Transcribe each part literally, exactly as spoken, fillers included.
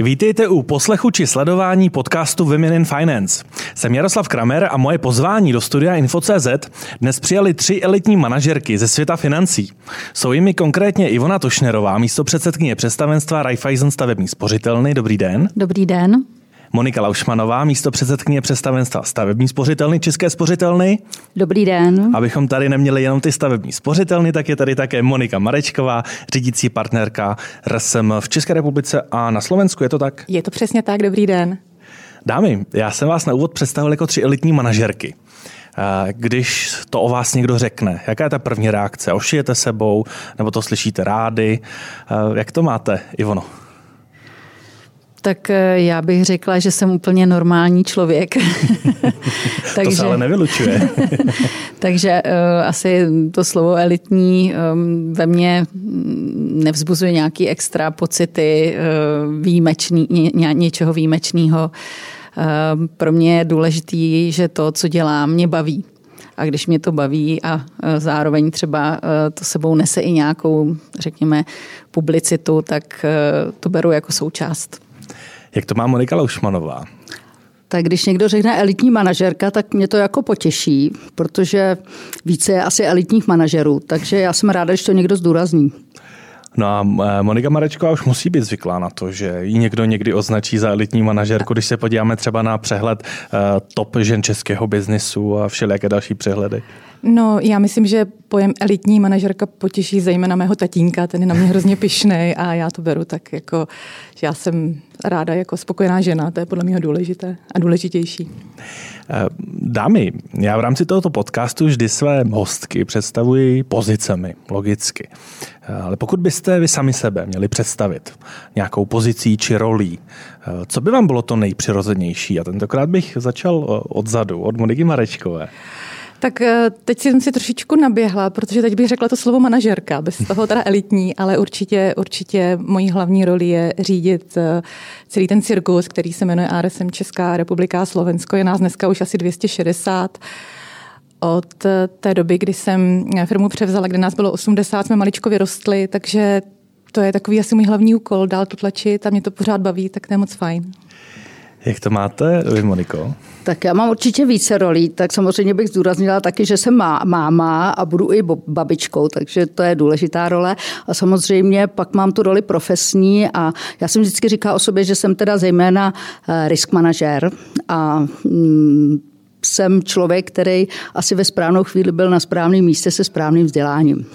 Vítejte u poslechu či sledování podcastu Women in Finance. Jsem Jaroslav Kramer a moje pozvání do studia Info tečka cé zet dnes přijali tři elitní manažerky ze světa financí. Jsou jimi konkrétně Ivona Tošnerová, místopředsedkyně představenstva Raiffeisen stavební spořitelny. Dobrý den. Dobrý den. Monika Laušmanová, místopředsedkyně představenstva stavební spořitelny České spořitelny. Dobrý den. Abychom tady neměli jenom ty stavební spořitelny, tak je tady také Monika Marečková, řídící partnerka R S M v České republice a na Slovensku, je to tak? Je to přesně tak, dobrý den. Dámy, já jsem vás na úvod představil jako tři elitní manažerky. Když to o vás někdo řekne, jaká je ta první reakce? Ošijete sebou, nebo to slyšíte rády? Jak to máte, Ivono? Tak já bych řekla, že jsem úplně normální člověk. Takže, to se ale nevylučuje. Takže uh, asi to slovo elitní um, ve mně nevzbuzuje nějaký extra pocity uh, výjimečný, ně, něčeho výjimečného. Uh, pro mě je důležitý, že to, co dělám, mě baví. A když mě to baví a zároveň třeba to sebou nese i nějakou, řekněme, publicitu, tak to beru jako součást. Jak to má Monika Laušmanová? Tak když někdo řekne elitní manažerka, tak mě to jako potěší, protože více je asi elitních manažerů, takže já jsem ráda, když to někdo zdůrazní. No a Monika Marečková už musí být zvyklá na to, že ji někdo někdy označí za elitní manažerku, když se podíváme třeba na přehled top žen českého biznisu a všelijaké další přehledy. No, já myslím, že pojem elitní manažerka potěší zejména mého tatínka, ten je na mě hrozně pyšnej a já to beru tak jako, že já jsem ráda jako spokojená žena, to je podle mě důležité a důležitější. Dámy, já v rámci tohoto podcastu vždy své hostky představuji pozicemi, logicky. Ale pokud byste vy sami sebe měli představit nějakou pozicí či rolí, co by vám bylo to nejpřirozenější? A tentokrát bych začal odzadu, od Moniky Marečkové. Tak teď jsem si trošičku naběhla, protože teď bych řekla to slovo manažerka, bez toho teda elitní, ale určitě, určitě mojí hlavní roli je řídit celý ten cirkus, který se jmenuje R S M Česká republika a Slovensko. Je nás dneska už asi dvě stě šedesát. Od té doby, kdy jsem firmu převzala, kde nás bylo osmdesát, jsme maličko vyrostli, takže to je takový asi můj hlavní úkol, dál to tlačit a mě to pořád baví, tak to je moc fajn. Jak to máte vy, Moniko? Tak já mám určitě více rolí, tak samozřejmě bych zdůraznila taky, že jsem má, máma a budu i babičkou, takže to je důležitá role. A samozřejmě pak mám tu roli profesní a já jsem vždycky říkala o sobě, že jsem teda zejména risk manažer a mm, jsem člověk, který asi ve správnou chvíli byl na správném místě se správným vzděláním.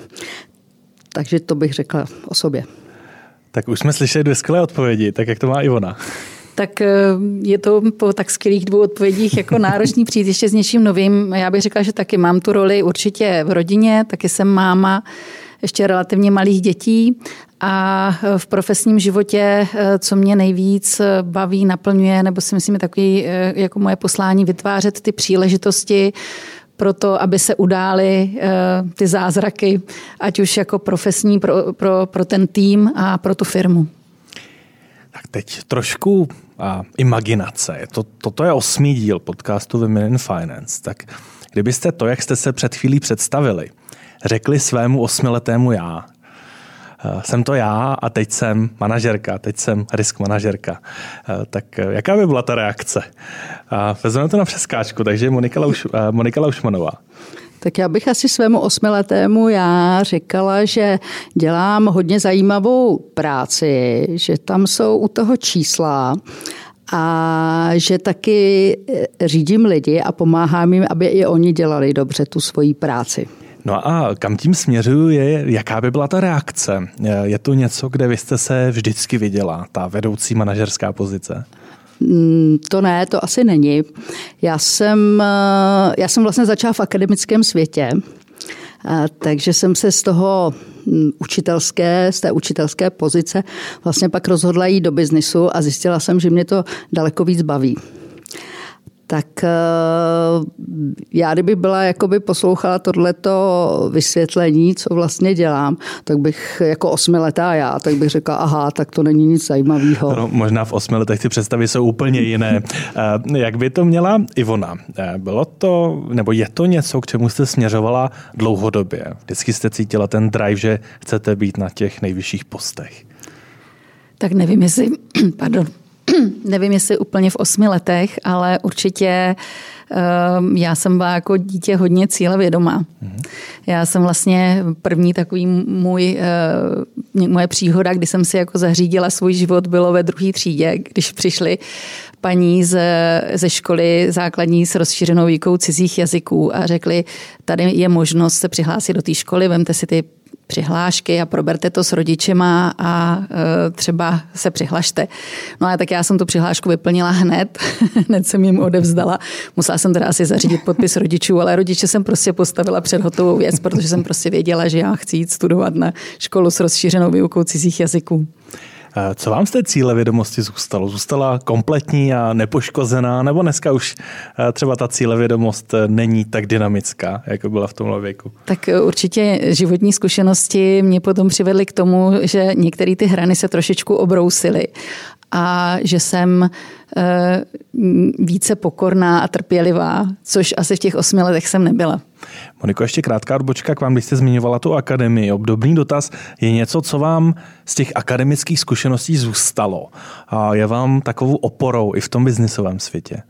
Takže to bych řekla o sobě. Tak už jsme slyšeli dvě skvělé odpovědi, tak jak to má Ivona? Tak je to po tak skvělých dvou odpovědích jako náročný přijít ještě s něčím novým. Já bych řekla, že taky mám tu roli určitě v rodině, taky jsem máma ještě relativně malých dětí a v profesním životě, co mě nejvíc baví, naplňuje, nebo si myslím, je takový jako moje poslání vytvářet ty příležitosti pro to, aby se udály ty zázraky, ať už jako profesní pro, pro, pro ten tým a pro tu firmu. Tak teď trošku a, imaginace. To, toto je osmý díl podcastu Women in Finance. Tak kdybyste to, jak jste se před chvílí představili, řekli svému osmiletému já, jsem to já a teď jsem manažerka, teď jsem risk manažerka. Tak jaká by byla ta reakce? Vezmeme to na přeskáčku, takže Monika, Lauš, Monika Laušmanová. Tak já bych asi svému osmiletému já říkala, že dělám hodně zajímavou práci, že tam jsou u toho čísla a že taky řídím lidi a pomáhám jim, aby i oni dělali dobře tu svoji práci. No a kam tím směřuju je, jaká by byla ta reakce? Je to něco, kde vy jste se vždycky viděla, ta vedoucí manažerská pozice? To ne, to asi není. Já jsem, já jsem vlastně začala v akademickém světě, takže jsem se z toho učitelské, z té učitelské pozice vlastně pak rozhodla jít do biznisu a zjistila jsem, že mě to daleko víc baví. Tak já, kdyby byla, jakoby poslouchala tohleto vysvětlení, co vlastně dělám, tak bych jako osmiletá já, tak bych řekla, aha, tak to není nic zajímavého. No, možná v osmi letech ty představy jsou úplně jiné. Jak by to měla Ivona? Bylo to, nebo je to něco, k čemu jste směřovala dlouhodobě? Vždycky jste cítila ten drive, že chcete být na těch nejvyšších postech? Tak nevím, jestli, pardon, nevím, jestli úplně v osmi letech, ale určitě já jsem byla jako dítě hodně cílevědomá. Já jsem vlastně první takový můj, moje příhoda, kdy jsem si jako zařídila svůj život, bylo ve druhé třídě, když přišli paní ze, ze školy základní s rozšířenou výukou cizích jazyků a řekli, tady je možnost se přihlásit do té školy, vemte si ty přihlášky a proberte to s rodičema a e, třeba se přihlašte. No a tak já jsem tu přihlášku vyplnila hned, hned jsem jim odevzdala. Musela jsem teda asi zařídit podpis rodičů, ale rodiče jsem prostě postavila před hotovou věc, protože jsem prostě věděla, že já chci jít studovat na školu s rozšířenou výukou cizích jazyků. Co vám z té cílevědomosti zůstalo? Zůstala kompletní a nepoškozená, nebo dneska už třeba ta cílevědomost není tak dynamická, jako byla v tomhle věku? Tak určitě životní zkušenosti mě potom přivedly k tomu, že některé ty hrany se trošičku obrousily a že jsem více pokorná a trpělivá, což asi v těch osmi letech jsem nebyla. Moniko, ještě krátká odbočka k vám, když jste zmiňovala tu akademii. Obdobný dotaz je něco, co vám z těch akademických zkušeností zůstalo a je vám takovou oporou i v tom biznisovém světě?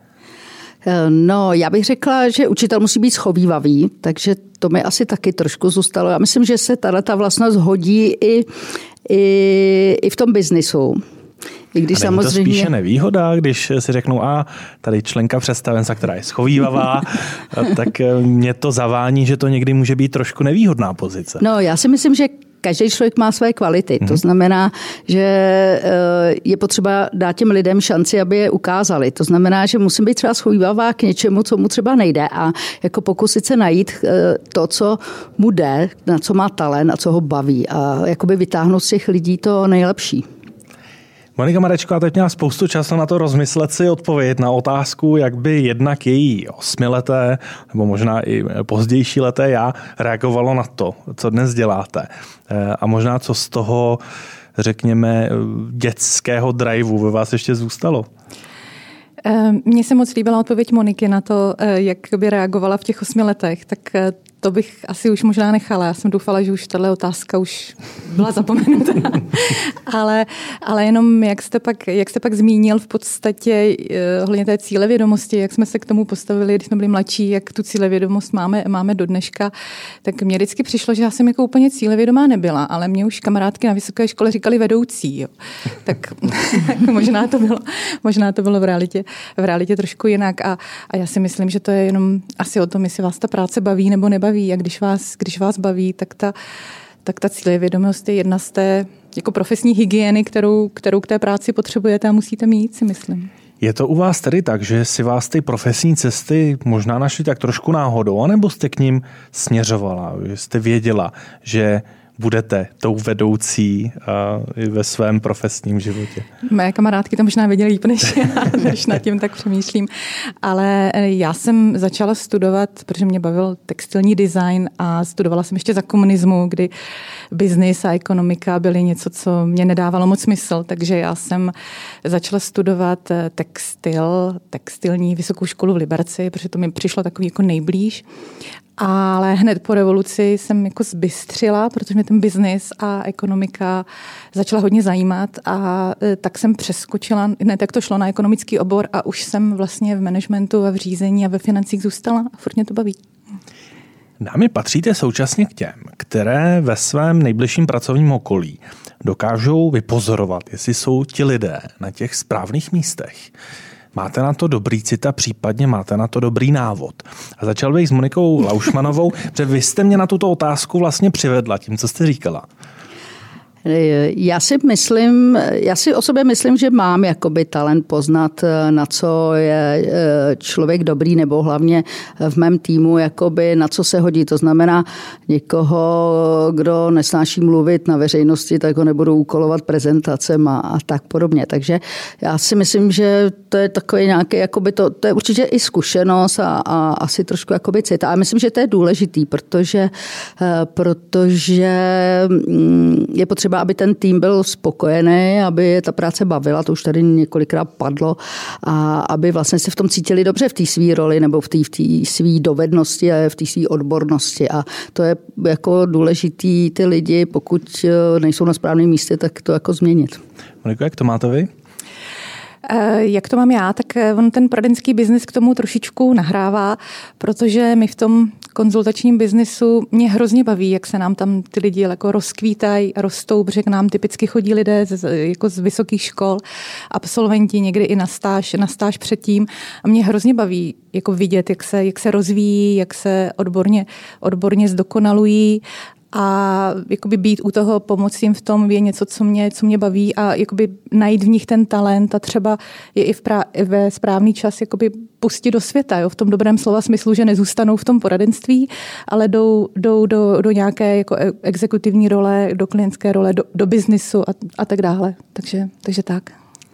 No, já bych řekla, že učitel musí být schovívavý, takže to mi asi taky trošku zůstalo. Já myslím, že se tato vlastnost hodí i, i, i v tom biznisu. I když a není samozřejmě... to spíše nevýhoda, když si řeknou, a tady členka představenstva, která je schovívavá, tak mě to zavání, že to někdy může být trošku nevýhodná pozice. No, já si myslím, že každý člověk má své kvality. Mm-hmm. To znamená, že je potřeba dát těm lidem šanci, aby je ukázali. To znamená, že musím být třeba schovívavá k něčemu, co mu třeba nejde a jako pokusit se najít to, co mu jde, na co má talent a co ho baví a jakoby vytáhnout z těch lidí to nejlepší. Monika Marečková teď měla spoustu času na to rozmyslet si odpovědět na otázku, jak by jednak její osmileté nebo možná i pozdější leté já reagovalo na to, co dnes děláte. A možná co z toho, řekněme, dětského driveu ve vás ještě zůstalo? Mně se moc líbila odpověď Moniky na to, jak by reagovala v těch osmi letech, tak to bych asi už možná nechala. Já jsem doufala, že už tato otázka už byla zapomenuta. ale, ale jenom, jak jste, pak, jak jste pak zmínil v podstatě ohledně té cílevědomosti, jak jsme se k tomu postavili, když jsme byli mladší, jak tu cílevědomost máme, máme do dneška, tak mně vždycky přišlo, že já jsem jako úplně cílevědomá nebyla, ale mě už kamarádky na vysoké škole říkali vedoucí. Jo. Tak možná to bylo, možná to bylo v realitě, v realitě trošku jinak. A, a já si myslím, že to je jenom asi o tom, jestli vás ta práce baví nebo nebaví. A když vás, když vás baví, tak ta, tak ta cílevědomost je jedna z té jako profesní hygieny, kterou, kterou k té práci potřebujete a musíte mít, si myslím. Je to u vás tedy tak, že si vás ty profesní cesty možná našly tak trošku náhodou, anebo jste k ním směřovala, že jste věděla, že budete tou vedoucí ve svém profesním životě? Moje kamarádky to možná věděly líp než já, než nad tím tak přemýšlím. Ale já jsem začala studovat, protože mě bavil textilní design a studovala jsem ještě za komunismu, kdy biznis a ekonomika byly něco, co mě nedávalo moc smysl. Takže já jsem začala studovat textil, textilní vysokou školu v Liberci, protože to mi přišlo takový jako nejblíž. Ale hned po revoluci jsem jako zbystřila, protože mě ten biznis a ekonomika začala hodně zajímat a tak jsem přeskočila, ne, tak to šlo na ekonomický obor a už jsem vlastně v managementu a v řízení a ve financích zůstala a furt mě to baví. Dámy, patříte současně k těm, které ve svém nejbližším pracovním okolí dokážou vypozorovat, jestli jsou ti lidé na těch správných místech. Máte na to dobrý cit a případně máte na to dobrý návod. A začal bych s Monikou Laušmanovou, protože vy jste mě na tuto otázku vlastně přivedla tím, co jste říkala. Já si myslím, já si o sobě myslím, že mám jakoby talent poznat, na co je člověk dobrý, nebo hlavně v mém týmu, jakoby na co se hodí. To znamená někoho, kdo nesnáší mluvit na veřejnosti, tak ho nebudu úkolovat prezentacem a, a tak podobně. Takže já si myslím, že to je takový nějaký, jakoby to, to je určitě i zkušenost a, a asi trošku jakoby cita. A myslím, že to je důležitý, protože, protože je potřeba, aby ten tým byl spokojený, aby je ta práce bavila, to už tady několikrát padlo, a aby vlastně se v tom cítili dobře v té své roli nebo v té v své dovednosti a v té své odbornosti. A to je jako důležitý ty lidi, pokud nejsou na správném místě, tak to jako změnit. Moniko, jak to máte vy? Jak to mám já, tak on ten poradenský biznis k tomu trošičku nahrává, protože my v tom konzultačním biznisu mě hrozně baví, jak se nám tam ty lidi jako rozkvítají, rostou, protože k nám typicky chodí lidé z, jako z vysokých škol, absolventi někdy i na stáž, na stáž předtím. A mě hrozně baví jako vidět, jak se, jak se rozvíjí, jak se odborně, odborně zdokonalují. A jakoby být u toho, pomoct jim v tom je něco, co mě, co mě baví a jakoby najít v nich ten talent a třeba je i v prá- ve správný čas jakoby pustit do světa, jo, v tom dobrém slova smyslu, že nezůstanou v tom poradenství, ale jdou, jdou do, do nějaké jako exekutivní role, do klientské role, do, do biznisu a, a tak dále. Takže, takže tak.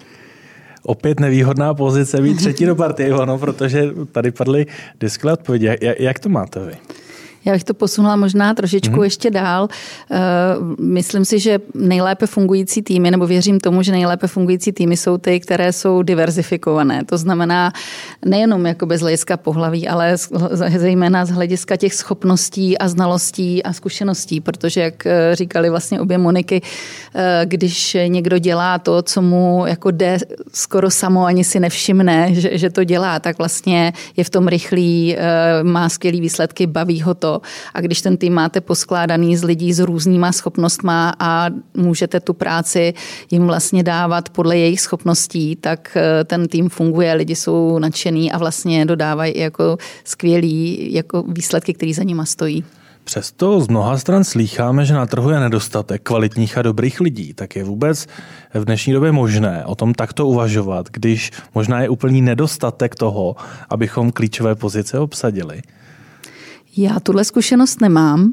Opět nevýhodná pozice být třetí do partie, Ivano, protože tady padly disklé odpovědi. Jak, jak to máte vy? Já bych to posunula možná trošičku mm. ještě dál. Myslím si, že nejlépe fungující týmy, nebo věřím tomu, že nejlépe fungující týmy jsou ty, které jsou diverzifikované. To znamená nejenom jakoby z hlediska pohlaví, ale zejména z hlediska těch schopností a znalostí a zkušeností, protože jak říkali vlastně obě Moniky, když někdo dělá to, co mu jako jde skoro samo, ani si nevšimne, že, že to dělá, tak vlastně je v tom rychlý, má skvělý výsledky, baví ho to. A když ten tým máte poskládaný z lidí s různýma schopnostma a můžete tu práci jim vlastně dávat podle jejich schopností, tak ten tým funguje, lidi jsou nadšený a vlastně dodávají jako skvělý jako výsledky, které za nima stojí. Přesto z mnoha stran slýcháme, že na trhu je nedostatek kvalitních a dobrých lidí. Tak je vůbec v dnešní době možné o tom takto uvažovat, když možná je úplný nedostatek toho, abychom klíčové pozice obsadili? Já tuhle zkušenost nemám.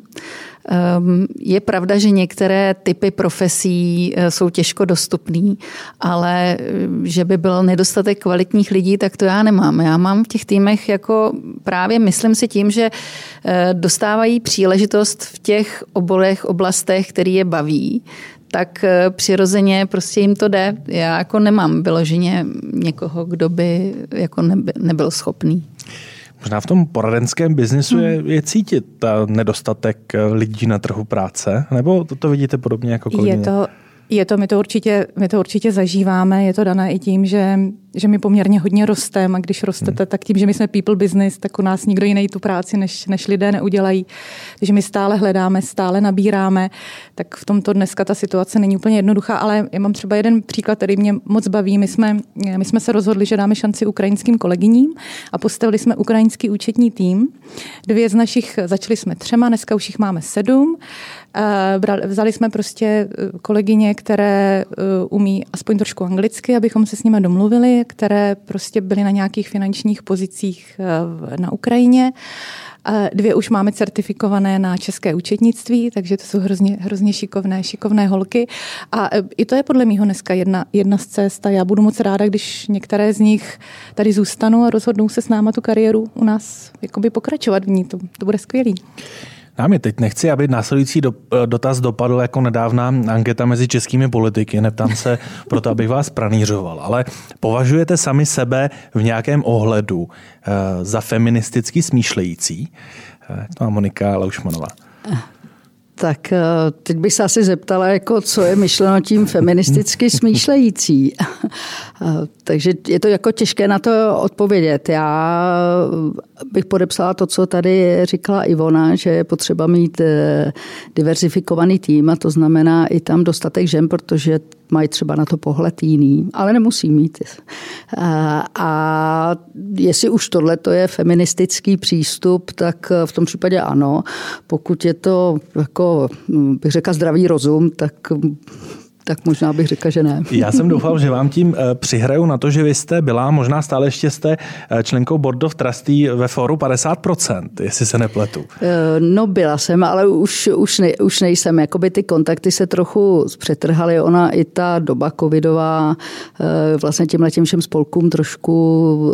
Je pravda, že některé typy profesí jsou těžko dostupný, ale že by byl nedostatek kvalitních lidí, tak to já nemám. Já mám v těch týmech jako právě myslím si tím, že dostávají příležitost v těch oborech, oblastech, který je baví, tak přirozeně prostě jim to jde. Já jako nemám vyloženě někoho, kdo by jako nebyl schopný. Možná v tom poradenském biznisu je, je cítit ta nedostatek lidí na trhu práce, nebo to, to vidíte podobně jako kolegyně? Je to, je to, my to určitě, my to určitě zažíváme, je to dané i tím, že, že my poměrně hodně rosteme a když rostete, hmm. tak tím, že my jsme people business, tak u nás nikdo jiný tu práci než, než lidé neudělají. Takže my stále hledáme, stále nabíráme, tak v tomto dneska ta situace není úplně jednoduchá, ale já mám třeba jeden příklad, který mě moc baví. My jsme, my jsme se rozhodli, že dáme šanci ukrajinským kolegyním a postavili jsme ukrajinský účetní tým. Dvě z našich, začali jsme třema, dneska už jich máme sedm. Vzali jsme prostě kolegyně, které umí aspoň trošku anglicky, abychom se s nimi domluvili, které prostě byly na nějakých finančních pozicích na Ukrajině. Dvě už máme certifikované na české účetnictví, takže to jsou hrozně, hrozně šikovné, šikovné holky. A i to je podle mého dneska jedna, jedna z cest a já budu moc ráda, když některé z nich tady zůstanou a rozhodnou se s náma tu kariéru u nás jakoby pokračovat v ní. To, to bude skvělý. Dámy, teď nechci, aby následující do, dotaz dopadl jako nedávná anketa mezi českými politiky. Neptám se proto, abych vás pranířoval, ale považujete sami sebe v nějakém ohledu uh, za feministicky smýšlející? Uh, to má Monika Laušmanová. Tak teď bych se asi zeptala, jako, co je myšleno tím feministicky smýšlející. Takže je to jako těžké na to odpovědět. Já bych podepsala to, co tady říkala Ivona, že je potřeba mít diverzifikovaný tým a to znamená i tam dostatek žen, protože mají třeba na to pohled jiný, ale nemusí mít. A, a jestli už tohle to je feministický přístup, tak v tom případě ano. Pokud je to, jako bych řekla, zdravý rozum, tak tak možná bych řekla, že ne. Já jsem doufal, že vám tím přihraju na to, že vy jste byla, možná stále ještě jste členkou Board of Trustee ve fóru padesát procent, jestli se nepletu. No byla jsem, ale už, už, ne, už nejsem. Jakoby ty kontakty se trochu zpřetrhaly. Ona i ta doba covidová vlastně těmhletěm všem spolkům trošku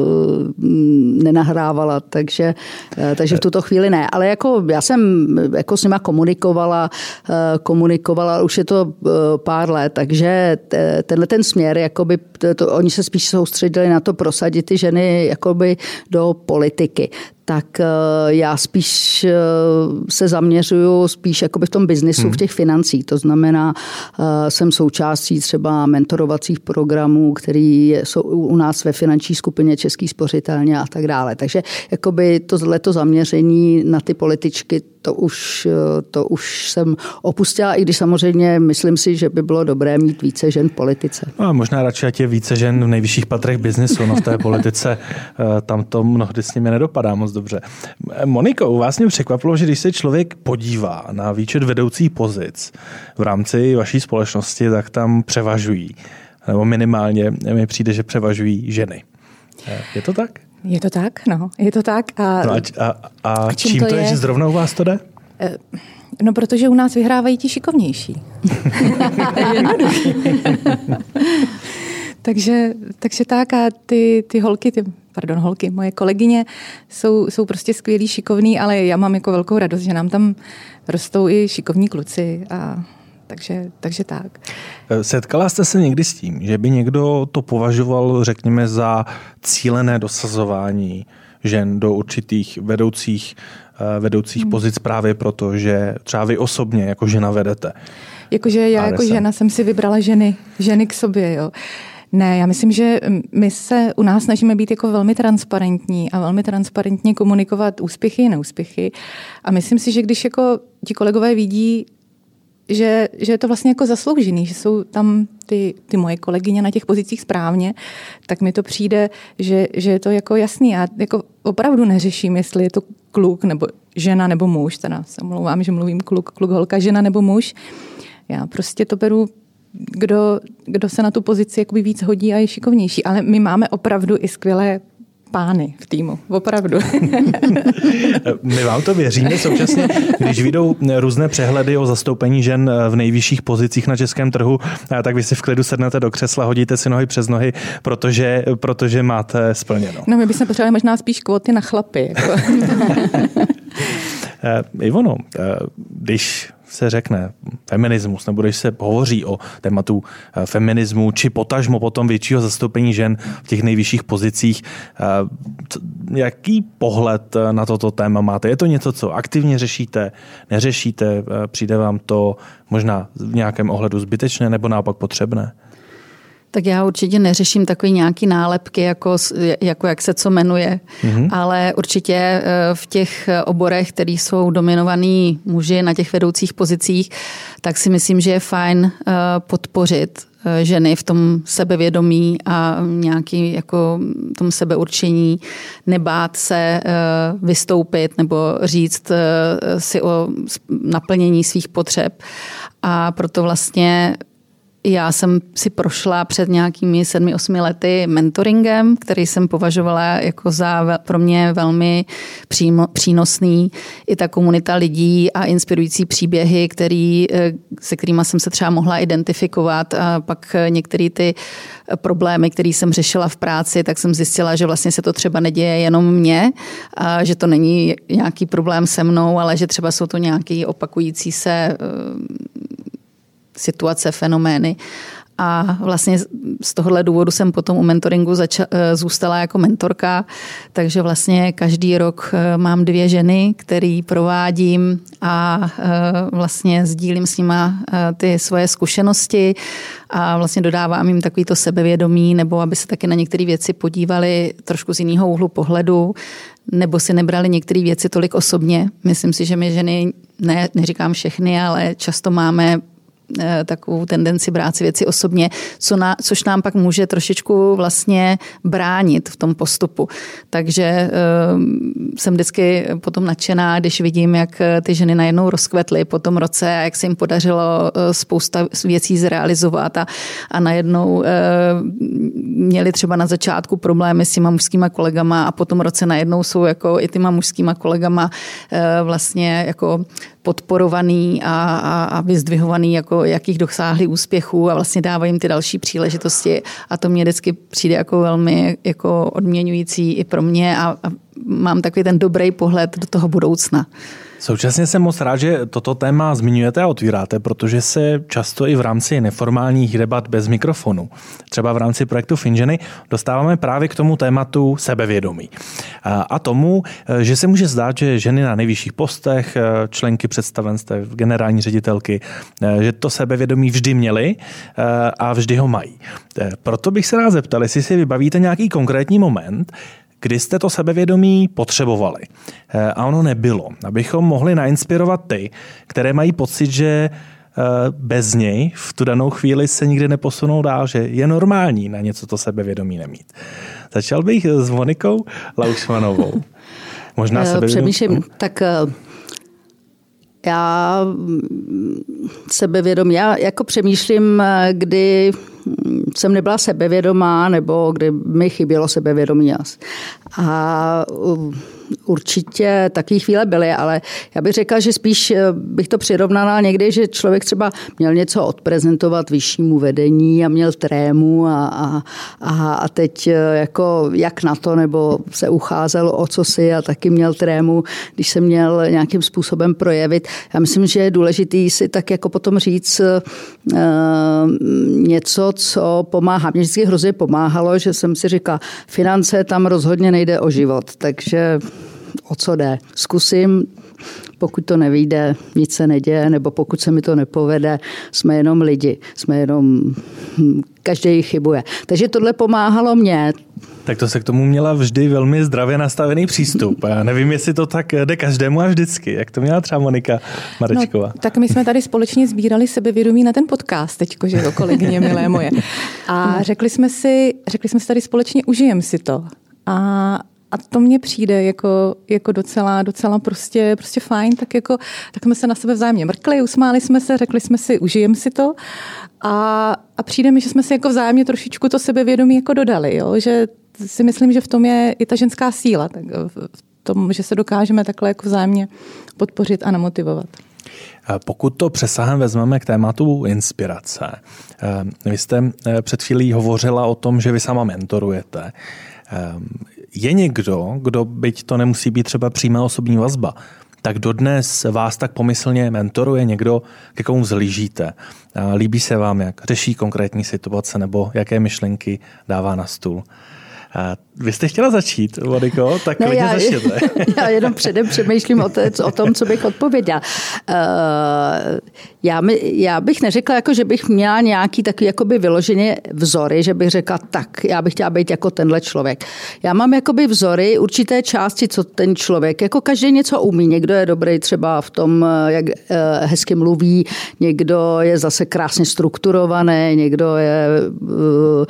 nenahrávala, takže, takže v tuto chvíli ne. Ale jako já jsem jako s nima komunikovala, komunikovala, už je to pár let, takže tenhle ten směr, jakoby, to, oni se spíš soustředili na to prosadit ty ženy jakoby do politiky. tak já spíš se zaměřuju spíš jakoby v tom biznisu, hmm. v těch financích. To znamená, jsem součástí třeba mentorovacích programů, který jsou u nás ve finanční skupině Český spořitelně a tak dále. Takže jakoby tohleto zaměření na ty političky, to už, to už jsem opustila, i když samozřejmě myslím si, že by bylo dobré mít více žen v politice. No a možná radši, ať je více žen v nejvyšších patrech biznesu, no v té politice tam to mnohdy s nimi nedopadá moc dobře. Moniko, u vás mě překvapilo, že když se člověk podívá na výčet vedoucích pozic v rámci vaší společnosti, tak tam převažují, nebo minimálně mi přijde, že převažují ženy. Je to tak? Je to tak, no. Je to tak. A, no a, a, a, a čím, čím to je, je, že zrovna u vás to jde? No, protože u nás vyhrávají ti šikovnější. takže, takže tak a ty, ty holky, ty, pardon, holky, moje kolegyně jsou, jsou prostě skvělý, šikovný, ale já mám jako velkou radost, že nám tam rostou i šikovní kluci a takže, takže tak. Setkala jste se někdy s tím, že by někdo to považoval, řekněme, za cílené dosazování žen do určitých vedoucích, vedoucích hmm. pozic právě proto, že třeba vy osobně jako žena vedete? Jakože já jako žena jsem si vybrala ženy, ženy k sobě, jo. Ne, já myslím, že my se u nás snažíme být jako velmi transparentní a velmi transparentně komunikovat úspěchy i neúspěchy. A myslím si, že když jako ti kolegové vidí, že, že je to vlastně jako zasloužený, že jsou tam ty, ty moje kolegyně na těch pozicích správně, tak mi to přijde, že, že je to jako jasný. Já jako opravdu neřeším, jestli je to kluk nebo žena nebo muž, teda se omlouvám, že mluvím kluk, kluk, holka, žena nebo muž. Já prostě to beru, kdo, kdo se na tu pozici jakoby víc hodí a je šikovnější. Ale my máme opravdu i skvělé pány v týmu, opravdu. My vám to věříme. Současně, když vyjdou různé přehledy o zastoupení žen v nejvyšších pozicích na českém trhu, tak vy si v klidu sednete do křesla, hodíte si nohy přes nohy, protože, protože máte splněno. No, my bychom potřebovali možná spíš kvóty na chlapy. Jako. Ivono, když se řekne feminismus, nebo když se hovoří o tématu feminismu, či potažmo potom většího zastoupení žen v těch nejvyšších pozicích, jaký pohled na toto téma máte? Je to něco, co aktivně řešíte, neřešíte? Přijde vám to možná v nějakém ohledu zbytečné nebo naopak potřebné? Tak já určitě neřeším takový nějaký nálepky, jako, jako jak se co jmenuje, mm-hmm. ale určitě v těch oborech, které jsou dominovaný muži na těch vedoucích pozicích, tak si myslím, že je fajn podpořit ženy v tom sebevědomí a nějaký jako tom sebeurčení, nebát se vystoupit nebo říct si o naplnění svých potřeb. A proto vlastně já jsem si prošla před nějakými sedmi, osmi lety mentoringem, který jsem považovala jako za pro mě velmi přímo, přínosný. I ta komunita lidí a inspirující příběhy, který, se kterými jsem se třeba mohla identifikovat. A pak některé ty problémy, které jsem řešila v práci, tak jsem zjistila, že vlastně se to třeba neděje jenom mně, a že to není nějaký problém se mnou, ale že třeba jsou to nějaké opakující se situace, fenomény. A vlastně z tohohle důvodu jsem potom u mentoringu zača- zůstala jako mentorka, takže vlastně každý rok mám dvě ženy, který provádím a vlastně sdílím s nima ty svoje zkušenosti a vlastně dodávám jim takovýto sebevědomí, nebo aby se taky na některé věci podívali trošku z jiného úhlu pohledu, nebo si nebrali některé věci tolik osobně. Myslím si, že my ženy, ne, neříkám všechny, ale často máme takovou tendenci brát si věci osobně, co na, což nám pak může trošičku vlastně bránit v tom postupu. Takže uh, jsem vždycky potom nadšená, když vidím, jak ty ženy najednou rozkvetly po tom roce a jak se jim podařilo spousta věcí zrealizovat a, a najednou uh, měli třeba na začátku problémy s těma mužskýma kolegama a po tom roce najednou jsou jako i těma mužskýma kolegama uh, vlastně jako podporovaný a, a, a vyzdvihovaný, jako jakých dosáhli úspěchů a vlastně dávají jim ty další příležitosti. A to mě vždycky přijde jako velmi jako odměňující i pro mě a, a mám takový ten dobrý pohled do toho budoucna. Současně jsem moc rád, že toto téma zmiňujete a otvíráte, protože se často i v rámci neformálních debat bez mikrofonu, třeba v rámci projektu Finženy, dostáváme právě k tomu tématu sebevědomí. A tomu, že se může zdát, že ženy na nejvyšších postech, členky představenstev, generální ředitelky, že to sebevědomí vždy měly a vždy ho mají. Proto bych se rád zeptal, jestli si vybavíte nějaký konkrétní moment, kdy jste to sebevědomí potřebovali a ono nebylo, abychom mohli nainspirovat ty, které mají pocit, že bez něj v tu danou chvíli se nikdy neposunou dál, že je normální na něco to sebevědomí nemít. Začal bych s Monikou Laušmanovou. Možná sebevědomí... Přemýšlím, tak já sebevědomí, já jako přemýšlím, kdy jsem nebyla sebevědomá, nebo kdy mi chybělo sebevědomí. A určitě takové chvíle byly, ale já bych řekla, že spíš bych to přirovnala někdy, že člověk třeba měl něco odprezentovat vyššímu vedení a měl trému a, a, a, a teď jako jak na to, nebo se ucházel o cosi a taky měl trému, když se měl nějakým způsobem projevit. Já myslím, že je důležitý si tak jako potom říct uh, něco, co pomáhá. Mně vždycky hrozně pomáhalo, že jsem si říkala, finance tam rozhodně nejde o život, takže o co jde? Zkusím, pokud to nevyjde, nic se neděje, nebo pokud se mi to nepovede, jsme jenom lidi, jsme jenom, každý chybuje. Takže tohle pomáhalo mně. Tak to se k tomu měla vždy velmi zdravě nastavený přístup. Já nevím, jestli to tak jde každému a vždycky. Jak to měla třeba Monika Marečková? No, tak my jsme tady společně sbírali sebevědomí na ten podcast teďko, že jo, kolegyně milé moje. A řekli jsme si, řekli jsme si tady společně, užijem si to. A A to mně přijde jako, jako docela, docela prostě, prostě fajn, tak, jako, tak jsme se na sebe vzájemně mrkli, usmáli jsme se, řekli jsme si, užijem si to a, a přijde mi, že jsme si jako vzájemně trošičku to sebevědomí jako dodali, jo? Že si myslím, že v tom je i ta ženská síla, tak v tom, že se dokážeme takhle jako vzájemně podpořit a namotivovat. Pokud to přesahem vezmeme k tématu inspirace, vy jste před chvílí hovořila o tom, že vy sama mentorujete. Je někdo, kdo, byť to nemusí být třeba přímá osobní vazba, tak dodnes vás tak pomyslně mentoruje někdo, ke komu vzhlížíte? Líbí se vám, jak řeší konkrétní situace nebo jaké myšlenky dává na stůl? Vy jste chtěla začít, Moniko, tak ne, klidně já, začněte. Já jenom předem přemýšlím o, té, o tom, co bych odpověděla. Uh, já, mi, já bych neřekla, jako, že bych měla nějaký takový jakoby vyloženě vzory, že bych řekla, tak já bych chtěla být jako tenhle člověk. Já mám jakoby vzory určité části, co ten člověk, jako každý něco umí. Někdo je dobrý třeba v tom, jak uh, hezky mluví, někdo je zase krásně strukturovaný, někdo je uh, uh,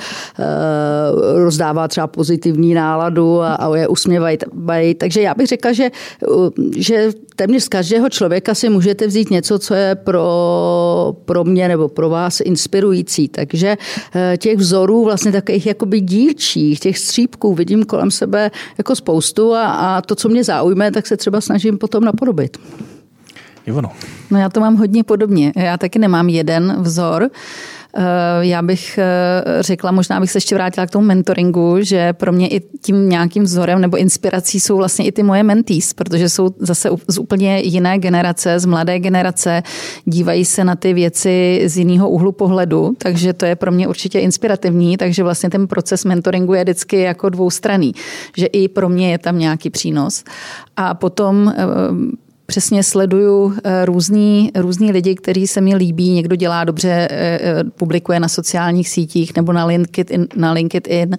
rozdává třeba pozitivní náladu a, a je usměvají. Takže já bych řekla, že, že téměř z každého člověka si můžete vzít něco, co je pro, pro mě nebo pro vás inspirující. Takže těch vzorů vlastně takových jakoby dílčích, těch střípků vidím kolem sebe jako spoustu a, a to, co mě zaujme, tak se třeba snažím potom napodobit. Ivono. No já to mám hodně podobně. Já taky nemám jeden vzor. Já bych řekla, možná bych se ještě vrátila k tomu mentoringu, že pro mě i tím nějakým vzorem nebo inspirací jsou vlastně i ty moje mentees, protože jsou zase z úplně jiné generace, z mladé generace, dívají se na ty věci z jiného úhlu pohledu, takže to je pro mě určitě inspirativní, takže vlastně ten proces mentoringu je vždycky jako dvoustranný, že i pro mě je tam nějaký přínos. A potom přesně sleduju různý, různý lidi, kteří se mi líbí. Někdo dělá dobře, publikuje na sociálních sítích nebo na LinkedIn, na LinkedIn.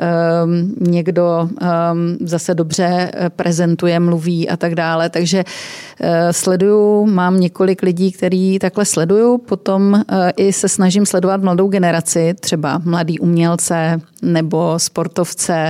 Někdo zase dobře prezentuje, mluví a tak dále. Takže sleduju, mám několik lidí, který takhle sleduju. Potom i se snažím sledovat mladou generaci, třeba mladý umělce nebo sportovce,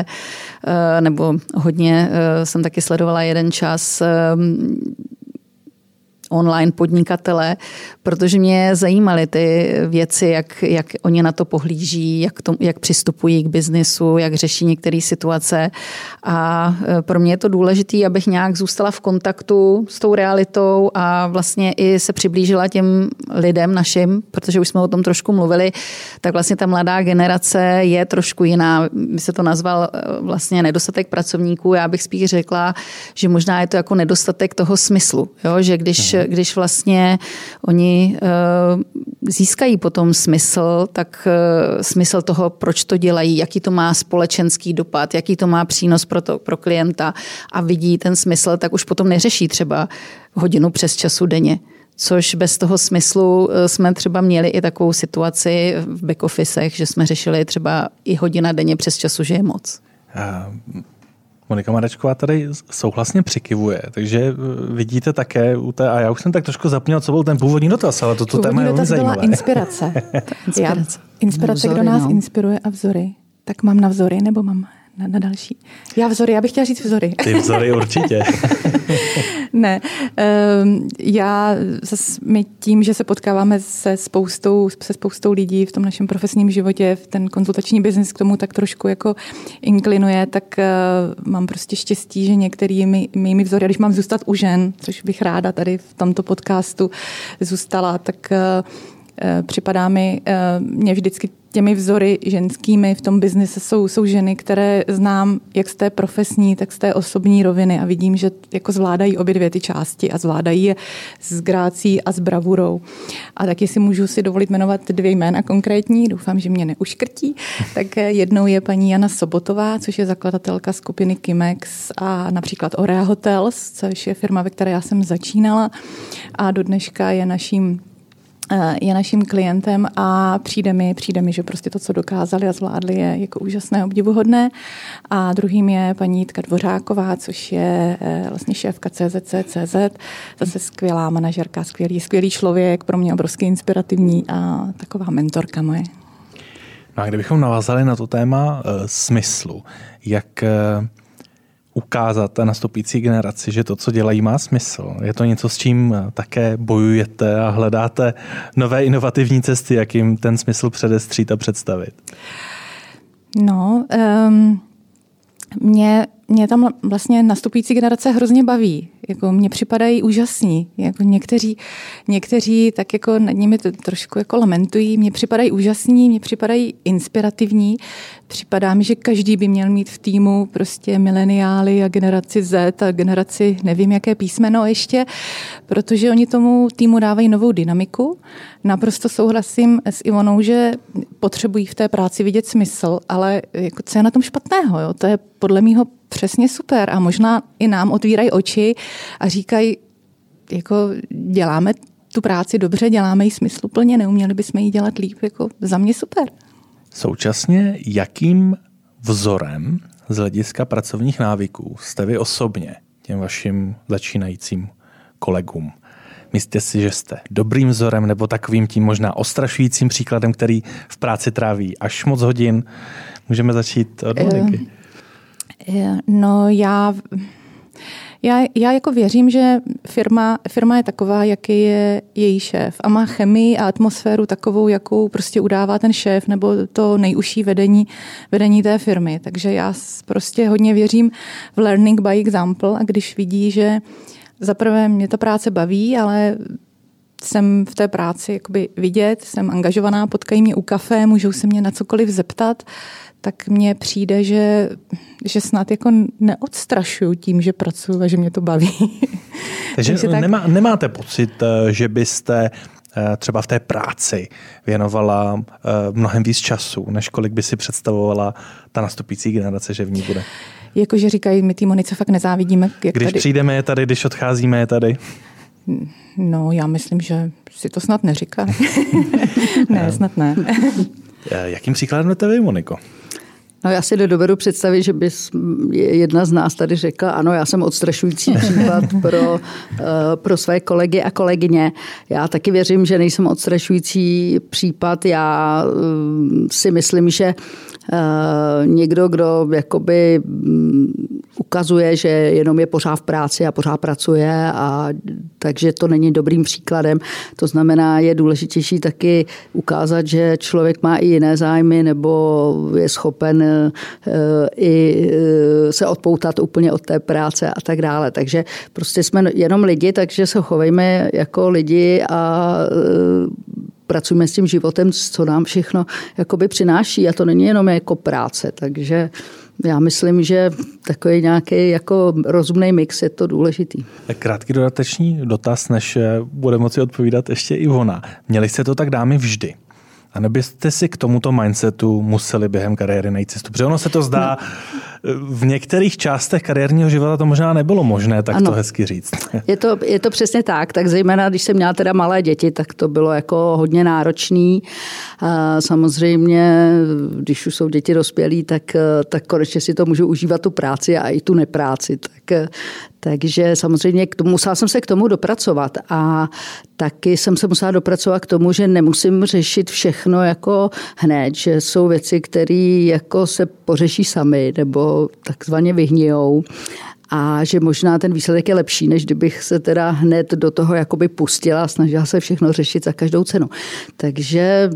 nebo hodně jsem taky sledovala jeden čas online podnikatele, protože mě zajímaly ty věci, jak, jak oni na to pohlíží, jak, to, jak přistupují k biznisu, jak řeší některé situace. A pro mě je to důležité, abych nějak zůstala v kontaktu s tou realitou a vlastně i se přiblížila těm lidem našim, protože už jsme o tom trošku mluvili, tak vlastně ta mladá generace je trošku jiná. Vy se to nazval vlastně nedostatek pracovníků. Já bych spíš řekla, že možná je to jako nedostatek toho smyslu, jo? Že když když vlastně oni získají potom smysl, tak smysl toho, proč to dělají, jaký to má společenský dopad, jaký to má přínos pro, to, pro klienta a vidí ten smysl, tak už potom neřeší třeba hodinu přes času denně. Což bez toho smyslu jsme třeba měli i takovou situaci v back officech, že jsme řešili třeba i hodina denně přes času, že je moc. Um. Monika Marečková tady souhlasně přikivuje, takže vidíte také u té, a já už jsem tak trošku zapněl, co byl ten původní dotaz, ale toto téma je velmi zajímavé. Původní dotaz byla inspirace. inspirace. Já, inspirace, vzory, kdo nás no. inspiruje a vzory. Tak mám na vzory nebo mám na, na další? Já vzory, já bych chtěla říct vzory. Ty vzory určitě. Ne, um, já zase my tím, že se potkáváme se spoustou, se spoustou lidí v tom našem profesním životě, v ten konzultační biznis k tomu tak trošku jako inklinuje, tak uh, mám prostě štěstí, že některými mými vzory, a když mám zůstat u žen, což bych ráda tady v tomto podcastu zůstala, tak uh, uh, připadá mi uh, mě vždycky těmi vzory ženskými v tom biznise jsou, jsou ženy, které znám jak z té profesní, tak z té osobní roviny a vidím, že jako zvládají obě dvě ty části a zvládají je s grácí a s bravurou. A taky si můžu si dovolit jmenovat dvě jména konkrétní, doufám, že mě neuškrtí. Tak jednou je paní Jana Sobotová, což je zakladatelka skupiny Kimex a například Orea Hotels, což je firma, ve které já jsem začínala a do dneška je naším je naším klientem a přijde mi, přijde mi, že prostě to, co dokázali a zvládli, je jako úžasné, obdivuhodné. A druhým je paní Jitka Dvořáková, což je vlastně šéfka C Z C C Z, zase skvělá manažerka, skvělý, skvělý člověk, pro mě obrovsky inspirativní a taková mentorka moje. No a kdybychom navázali na to téma uh, smyslu, jak uh, ukázat nastupující generaci, že to, co dělají, má smysl. Je to něco, s čím také bojujete a hledáte nové inovativní cesty, jak jim ten smysl předestřít a představit? No, um, mě, mě tam vlastně nastupující generace hrozně baví. Jako mně připadají úžasní. Jako někteří, někteří tak jako nad nimi to trošku jako lamentují. Mně připadají úžasní, mně připadají inspirativní. Připadá mi, že každý by měl mít v týmu prostě mileniály a generaci Z a generaci nevím jaké písmeno ještě, protože oni tomu týmu dávají novou dynamiku. Naprosto souhlasím s Ivonou, že potřebují v té práci vidět smysl, ale jako co je na tom špatného? Jo? To je podle mýho přesně super a možná i nám otvírají oči a říkají, jako děláme tu práci dobře, děláme ji smysluplně, neuměli bychom ji dělat líp, jako za mě super. Současně, jakým vzorem z hlediska pracovních návyků jste vy osobně těm vašim začínajícím kolegům? Myslíte si, že jste dobrým vzorem nebo takovým tím možná ostrašujícím příkladem, který v práci tráví až moc hodin? Můžeme začít od Moniky. No já... Já, já jako věřím, že firma, firma je taková, jaký je její šéf a má chemii a atmosféru takovou, jakou prostě udává ten šéf nebo to nejužší vedení, vedení té firmy. Takže já prostě hodně věřím v learning by example a když vidí, že zaprvé mě ta práce baví, ale jsem v té práci jakoby vidět, jsem angažovaná, potkají mě u kafe, můžou se mě na cokoliv zeptat, tak mně přijde, že, že snad jako neodstrašuju tím, že pracuji a že mě to baví. Takže, Takže tak... nemá, nemáte pocit, že byste třeba v té práci věnovala mnohem víc času, než kolik by si představovala ta nastupující generace, že v ní bude? Jakože říkají, my té Monice fakt nezávidíme. Jak když tady... přijdeme je tady, když odcházíme je tady? No, já myslím, že si to snad neříká. Ne, snad ne. Jakým příkladem jdete vy, Moniko? No já si nedovedu představit, že by jedna z nás tady řekla, ano, já jsem odstrašující případ pro, pro své kolegy a kolegyně. Já taky věřím, že nejsem odstrašující případ. Já si myslím, že někdo, kdo jakoby ukazuje, že jenom je pořád v práci a pořád pracuje, a takže to není dobrým příkladem. To znamená, je důležitější taky ukázat, že člověk má i jiné zájmy nebo je schopen i se odpoutat úplně od té práce a tak dále. Takže prostě jsme jenom lidi, takže se chovejme jako lidi a pracujeme s tím životem, co nám všechno jakoby přináší, a to není jenom jako práce, takže já myslím, že takový nějaký jako rozumný mix je to důležitý. Krátký dodatečný dotaz, než bude moci odpovídat ještě Ivona. Měli jste to tak, dámy, vždy? A nebyste si k tomuto mindsetu museli během kariéry najít cestu? Protože ono se to zdá, v některých částech kariérního života to možná nebylo možné, tak ano, to hezky říct. Je to, je to přesně tak, tak zejména, když jsem měla teda malé děti, tak to bylo jako hodně náročný. A samozřejmě, když už jsou děti dospělí, tak, tak konečně si to můžu užívat tu práci a i tu nepráci. Tak, takže samozřejmě k tomu, musela jsem se k tomu dopracovat, a taky jsem se musela dopracovat k tomu, že nemusím řešit všechno jako hned, že jsou věci, které jako se pořeší sami nebo takzvaně vyhnijou, a že možná ten výsledek je lepší, než kdybych se teda hned do toho jakoby pustila a snažila se všechno řešit za každou cenu. Takže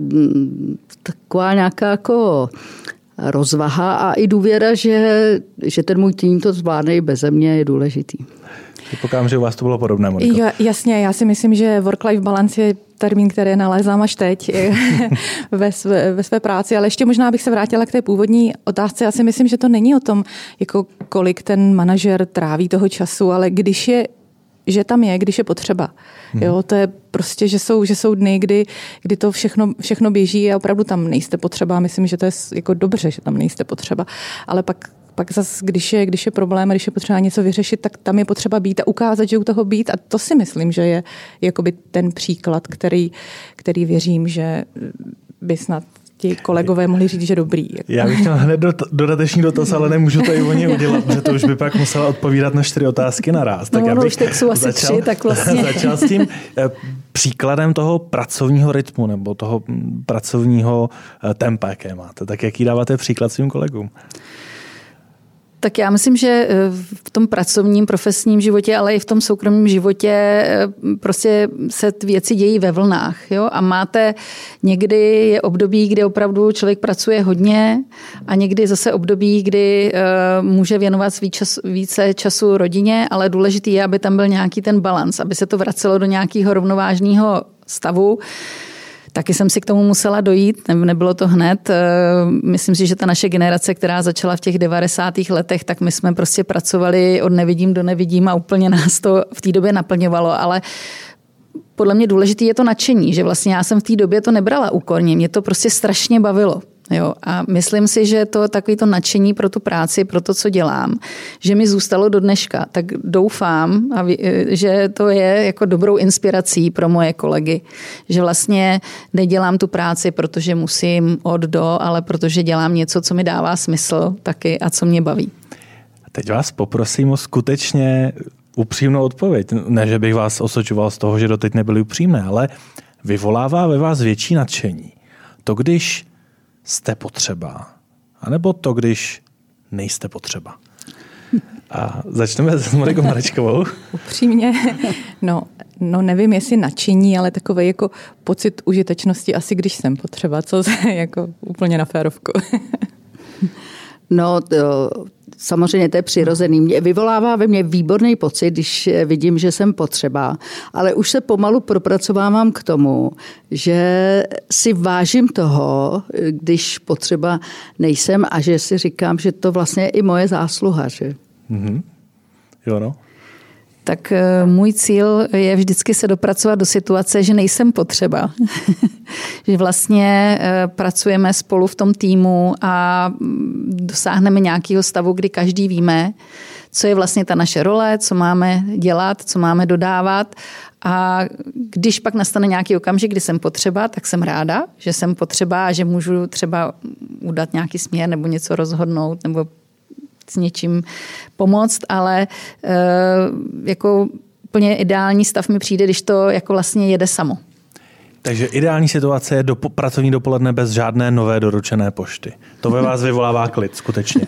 taková nějaká jako rozvaha a i důvěra, že, že ten můj tým to zvládne i beze mě, je důležitý. Předpokládám, že u vás to bylo podobné, Moniko. Jo, jasně, já si myslím, že work-life balance je termín, který nalézám až teď ve, své, ve své práci, ale ještě možná bych se vrátila k té původní otázce. Já si myslím, že to není o tom, jako kolik ten manažer tráví toho času, ale když je, že tam je, když je potřeba. Hmm. Jo, to je prostě, že jsou, že jsou dny, kdy, kdy to všechno, všechno běží a opravdu tam nejste potřeba. Myslím, že to je jako dobře, že tam nejste potřeba. Ale pak Pak zase, když je, když je problém, když je potřeba něco vyřešit, tak tam je potřeba být a ukázat, že u toho být. A to si myslím, že je jakoby ten příklad, který, který věřím, že by snad ti kolegové mohli říct, že dobrý. Já bych měl hned dodatečný dotaz, ale nemůžu to Ivoně udělat, protože to už by pak musela odpovídat na čtyři otázky naraz. Tak no, no, už teď jsou asi začal, tři, tak vlastně. Začal s tím příkladem toho pracovního rytmu nebo toho pracovního tempa, jaké máte. Tak jaký dáváte příklad svým kolegům? Tak já myslím, že v tom pracovním, profesním životě, ale i v tom soukromém životě prostě se věci dějí ve vlnách. Jo? A máte někdy je období, kdy opravdu člověk pracuje hodně, a někdy zase období, kdy může věnovat více času rodině, ale důležitý je, aby tam byl nějaký ten balans, aby se to vracelo do nějakého rovnovážného stavu. Taky jsem si k tomu musela dojít, nebylo to hned. Myslím si, že ta naše generace, která začala v těch devadesátých letech, tak my jsme prostě pracovali od nevidím do nevidím a úplně nás to v té době naplňovalo, ale podle mě důležité je to nadšení, že vlastně já jsem v té době to nebrala úkorně, mě to prostě strašně bavilo. Jo, a myslím si, že to takový to nadšení pro tu práci, pro to, co dělám, že mi zůstalo do dneška. Tak doufám, že to je jako dobrou inspirací pro moje kolegy. Že vlastně nedělám tu práci, protože musím od do, ale protože dělám něco, co mi dává smysl taky a co mě baví. Teď vás poprosím o skutečně upřímnou odpověď. Ne, že bych vás osočoval z toho, že doteď nebyli upřímné, ale vyvolává ve vás větší nadšení. To, když jste potřeba, anebo to, když nejste potřeba. A začneme s Monikou Marečkovou. Upřímně, no, no nevím, jestli nadšení, ale takový jako pocit užitečnosti, asi když jsem potřeba, co jako úplně na férovku. No, to, samozřejmě to je přirozený. Mě vyvolává ve mně výborný pocit, když vidím, že jsem potřeba, ale už se pomalu propracovávám k tomu, že si vážím toho, když potřeba nejsem, a že si říkám, že to vlastně je i moje zásluha. Že? Mm-hmm. Jo, no. Tak můj cíl je vždycky se dopracovat do situace, že nejsem potřeba. Že vlastně pracujeme spolu v tom týmu a dosáhneme nějakého stavu, kdy každý víme, co je vlastně ta naše role, co máme dělat, co máme dodávat. A když pak nastane nějaký okamžik, kdy jsem potřeba, tak jsem ráda, že jsem potřeba a že můžu třeba udat nějaký směr nebo něco rozhodnout nebo s něčím pomoct, ale e, jako úplně ideální stav mi přijde, když to jako vlastně jede samo. Takže ideální situace je do, pracovní dopoledne bez žádné nové doručené pošty. To ve vás vyvolává klid, skutečně.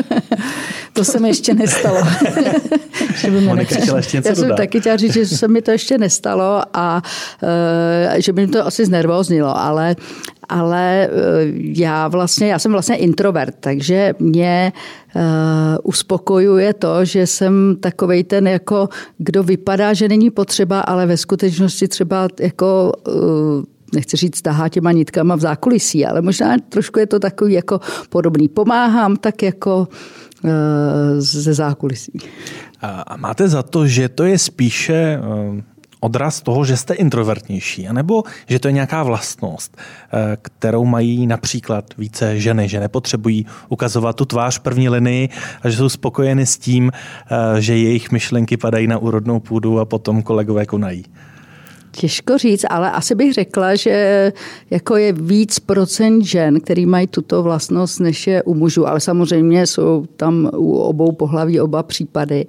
To se mi ještě nestalo. Že by Monika chtěla ještě něco Já jsem dodat. taky chtěla říct, že se mi to ještě nestalo a uh, že by mi to asi znervóznilo, ale ale já vlastně, já jsem vlastně introvert, takže mě uh, uspokojuje to, že jsem takovej ten jako, kdo vypadá, že není potřeba, ale ve skutečnosti třeba jako uh, nechci říct, tahá těma nitkama v zákulisí, ale možná trošku je to takový jako podobný. Pomáhám tak jako uh, ze zákulisí. A máte za to, že to je spíše uh, odraz toho, že jste introvertnější, anebo že to je nějaká vlastnost, kterou mají například více ženy, že nepotřebují ukazovat tu tvář v první linii a že jsou spokojeny s tím, že jejich myšlenky padají na úrodnou půdu a potom kolegové konají? Těžko říct, ale asi bych řekla, že jako je víc procent žen, který mají tuto vlastnost, než je u mužů, ale samozřejmě jsou tam u obou pohlaví oba případy.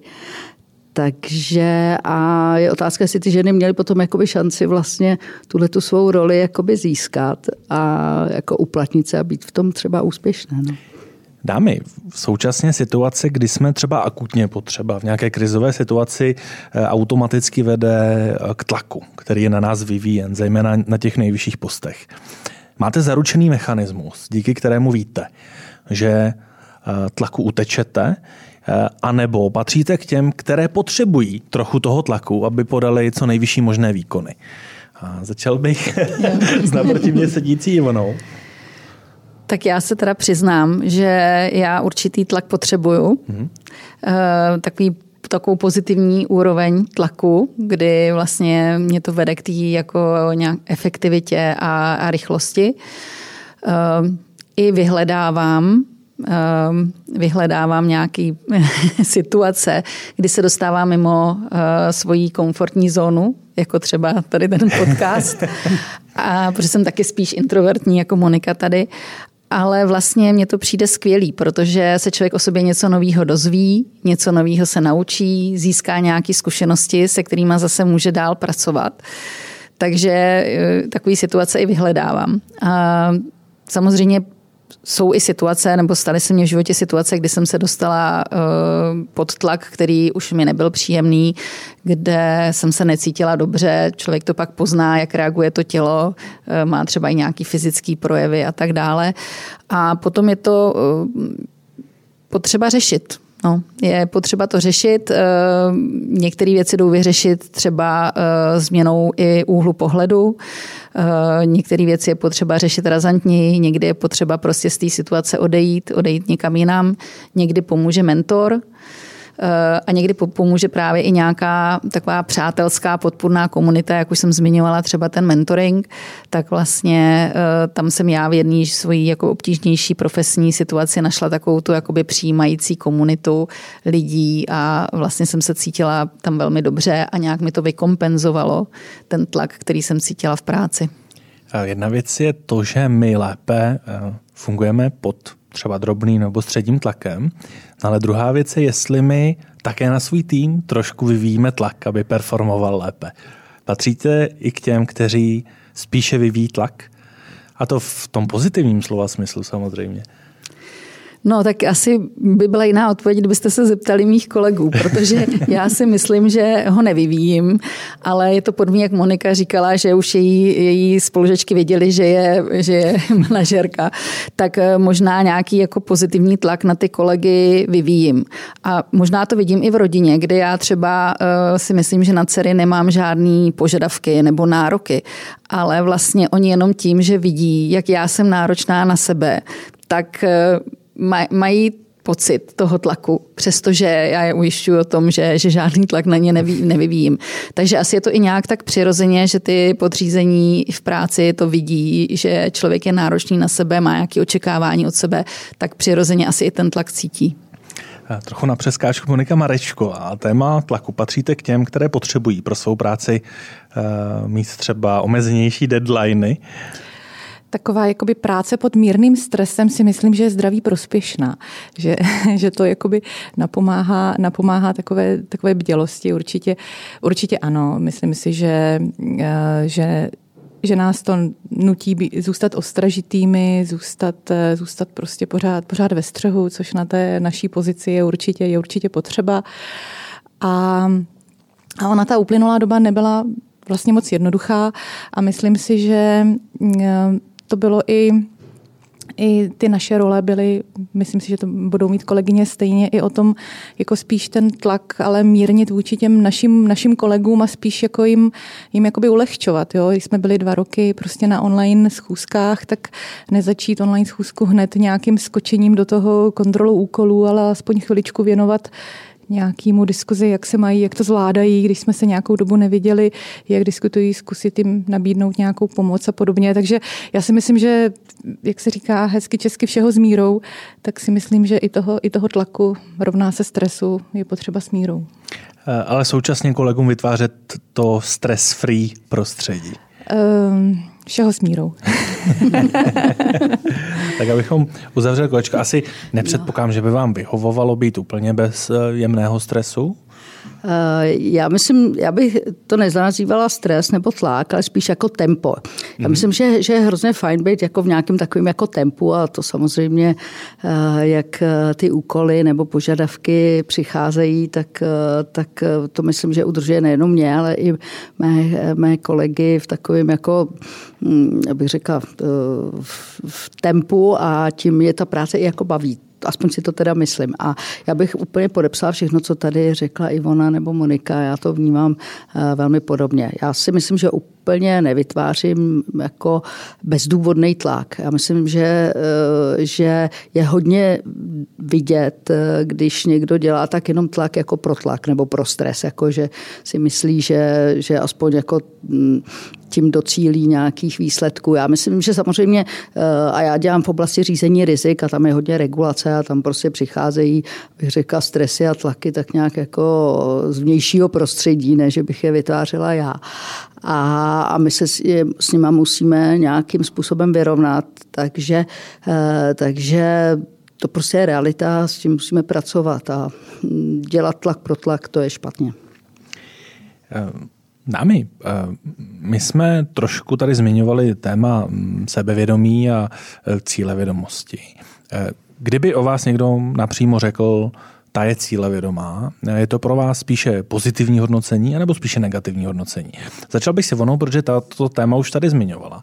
Takže a je otázka, jestli ty ženy měly potom jakoby šanci vlastně tuhletu svou roli jakoby získat a jako uplatnit se a být v tom třeba úspěšné. No. Dámy, v současné situaci, kdy jsme třeba akutně potřeba, v nějaké krizové situaci automaticky vede k tlaku, který je na nás vyvíjen, zejména na těch nejvyšších postech. Máte zaručený mechanismus, díky kterému víte, že tlaku utečete, anebo patříte k těm, které potřebují trochu toho tlaku, aby podali co nejvyšší možné výkony. A začal bych s naproti mě sedící Ivanou. Tak já se teda přiznám, že já určitý tlak potřebuju. Mm-hmm. Takový, takovou pozitivní úroveň tlaku, kdy vlastně mě to vede k té jako nějak efektivitě a, a rychlosti. I vyhledávám vyhledávám nějaké situace, kdy se dostávám mimo svoji komfortní zónu, jako třeba tady ten podcast. A protože jsem taky spíš introvertní jako Monika tady. Ale vlastně mně to přijde skvělý, protože se člověk o sobě něco nového dozví, něco nového se naučí, získá nějaké zkušenosti, se kterými zase může dál pracovat. Takže takové situace i vyhledávám. A samozřejmě jsou i situace, nebo staly se mně v životě situace, kdy jsem se dostala uh, pod tlak, který už mi nebyl příjemný, kde jsem se necítila dobře, člověk to pak pozná, jak reaguje to tělo, uh, má třeba i nějaký fyzický projevy a tak dále. A potom je to uh, potřeba řešit. No, je potřeba to řešit. Některé věci jdou vyřešit třeba změnou i úhlu pohledu. Některé věci je potřeba řešit razantněji, někdy je potřeba prostě z té situace odejít, odejít někam jinam. Někdy pomůže mentor a někdy pomůže právě i nějaká taková přátelská podpůrná komunita, jak už jsem zmiňovala, třeba ten mentoring, tak vlastně tam jsem já v jedné svojí jako obtížnější profesní situaci našla takovou tu jakoby přijímající komunitu lidí a vlastně jsem se cítila tam velmi dobře a nějak mi to vykompenzovalo ten tlak, který jsem cítila v práci. Jedna věc je to, že my lépe fungujeme pod třeba drobným nebo středním tlakem, ale druhá věc je, jestli my také na svůj tým trošku vyvíjíme tlak, aby performoval lépe. Patříte i k těm, kteří spíše vyvíjí tlak? A to v tom pozitivním slova smyslu samozřejmě. No, tak asi by byla jiná odpověď, kdybyste se zeptali mých kolegů, protože já si myslím, že ho nevyvíjím, ale je to podobně, jak Monika říkala, že už její, její spolužečky věděli, že je, že je manažerka, tak možná nějaký jako pozitivní tlak na ty kolegy vyvíjím. A možná to vidím i v rodině, kde já třeba uh, si myslím, že na dcery nemám žádný požadavky nebo nároky, ale vlastně oni jenom tím, že vidí, jak já jsem náročná na sebe, tak uh, mají pocit toho tlaku, přestože já je ujišťuji o tom, že, že žádný tlak na ně neví, nevyvíjím. Takže asi je to i nějak tak přirozeně, že ty podřízení v práci to vidí, že člověk je náročný na sebe, má nějaké očekávání od sebe, tak přirozeně asi i ten tlak cítí. Trochu na přeskáčku Monika Marečková. Téma tlaku. Patříte k těm, které potřebují pro svou práci uh, mít třeba omezenější deadliny? Taková jakoby práce pod mírným stresem si myslím, že je zdraví prospěšná. Že, že to jakoby napomáhá, napomáhá takové, takové bdělosti. Určitě, určitě ano. Myslím si, že, že že nás to nutí být, zůstat ostražitými, zůstat, zůstat prostě pořád, pořád ve střehu, což na té naší pozici je určitě, je určitě potřeba. A, a ona ta uplynulá doba nebyla vlastně moc jednoduchá a myslím si, že to bylo i I ty naše role byly, myslím si, že to budou mít kolegyně stejně, i o tom jako spíš ten tlak, ale mírnit vůči těm našim, našim kolegům a spíš jako jim, jim jakoby ulehčovat. Jo? Když jsme byli dva roky prostě na online schůzkách, tak nezačít online schůzku hned nějakým skočením do toho kontrolu úkolů, ale aspoň chviličku věnovat nějakému diskuzi, jak se mají, jak to zvládají, když jsme se nějakou dobu neviděli, jak diskutují, zkusit jim nabídnout nějakou pomoc a podobně. Takže já si myslím, že, jak se říká hezky česky všeho s mírou, tak si myslím, že i toho, i toho tlaku rovná se stresu je potřeba s mírou. Ale současně kolegům vytvářet to stress-free prostředí. Um, všeho s mírou. Tak abychom uzavřeli kolečko, asi nepředpokládám, že by vám vyhovovalo být úplně bez jemného stresu? Já myslím, já bych to nenazývala stres nebo tlak, ale spíš jako tempo. Já myslím, že, že je hrozně fajn být jako v nějakém takovém jako tempu a to samozřejmě, jak ty úkoly nebo požadavky přicházejí, tak, tak to myslím, že udržuje nejenom mě, ale i mé, mé kolegy v takovém jako, já bych řekla, v tempu a tím je ta práce i jako baví. Aspoň si to teda myslím. A já bych úplně podepsala všechno, co tady řekla Ivona nebo Monika. Já to vnímám velmi podobně. Já si myslím, že úplně nevytvářím jako bezdůvodný tlak. Já myslím, že, že je hodně vidět, když někdo dělá tak jenom tlak jako pro tlak nebo pro stres. Jako že si myslí, že, že aspoň jako tím docílí nějakých výsledků. Já myslím, že samozřejmě, a já dělám v oblasti řízení rizik a tam je hodně regulace a tam prostě přicházejí, bych řekla, stresy a tlaky tak nějak jako z vnějšího prostředí, ne, že bych je vytvářela já. A, a my se s, s nima musíme nějakým způsobem vyrovnat, takže, takže to prostě je realita, s tím musíme pracovat a dělat tlak pro tlak, to je špatně. Dámy, my jsme trošku tady zmiňovali téma sebevědomí a cílevědomosti. Kdyby o vás někdo napřímo řekl, ta je cílevědomá, je to pro vás spíše pozitivní hodnocení anebo spíše negativní hodnocení? Začal bych si Ivonou, protože tato téma už tady zmiňovala.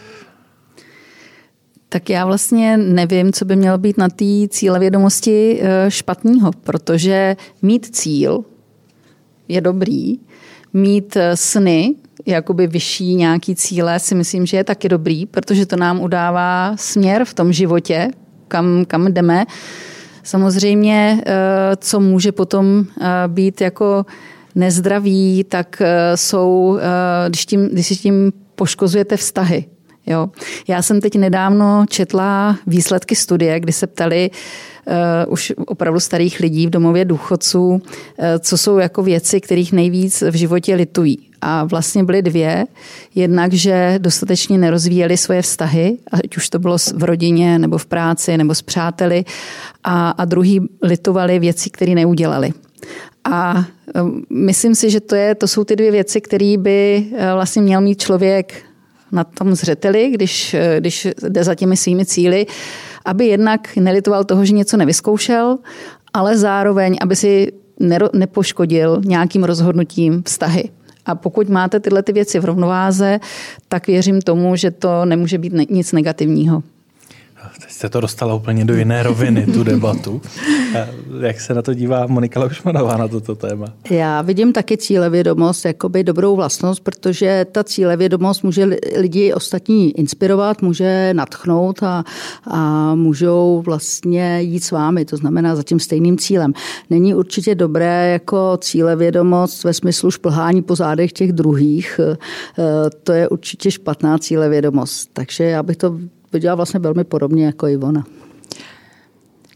Tak já vlastně nevím, co by mělo být na té cílevědomosti špatného, protože mít cíl je dobrý, mít sny, jakoby vyšší nějaký cíle, si myslím, že je taky dobrý, protože to nám udává směr v tom životě, kam, kam jdeme. Samozřejmě, co může potom být jako nezdravý, tak jsou, když, tím, když si tím poškozujete vztahy. Jo. Já jsem teď nedávno četla výsledky studie, kdy se ptali uh, už opravdu starých lidí v domově důchodců, uh, co jsou jako věci, kterých nejvíc v životě litují. A vlastně byly dvě. Jednak, že dostatečně nerozvíjeli svoje vztahy, ať už to bylo v rodině, nebo v práci, nebo s přáteli. A, a druhý litovali věci, které neudělali. A um, myslím si, že to, je, to jsou ty dvě věci, které by uh, vlastně měl mít člověk na tom zřeteli, když, když jde za těmi svými cíli, aby jednak nelitoval toho, že něco nevyzkoušel, ale zároveň, aby si nepoškodil nějakým rozhodnutím vztahy. A pokud máte tyhle ty věci v rovnováze, tak věřím tomu, že to nemůže být nic negativního. Teď jste to dostala úplně do jiné roviny, tu debatu. Jak se na to dívá Monika Laušmanová na toto téma? Já vidím taky cílevědomost jakoby dobrou vlastnost, protože ta cílevědomost může lidi ostatní inspirovat, může nadchnout a, a můžou vlastně jít s vámi, to znamená za tím stejným cílem. Není určitě dobré jako cílevědomost ve smyslu šplhání po zádech těch druhých. To je určitě špatná cílevědomost. Takže já bych to viděla vlastně velmi podobně jako Ivona.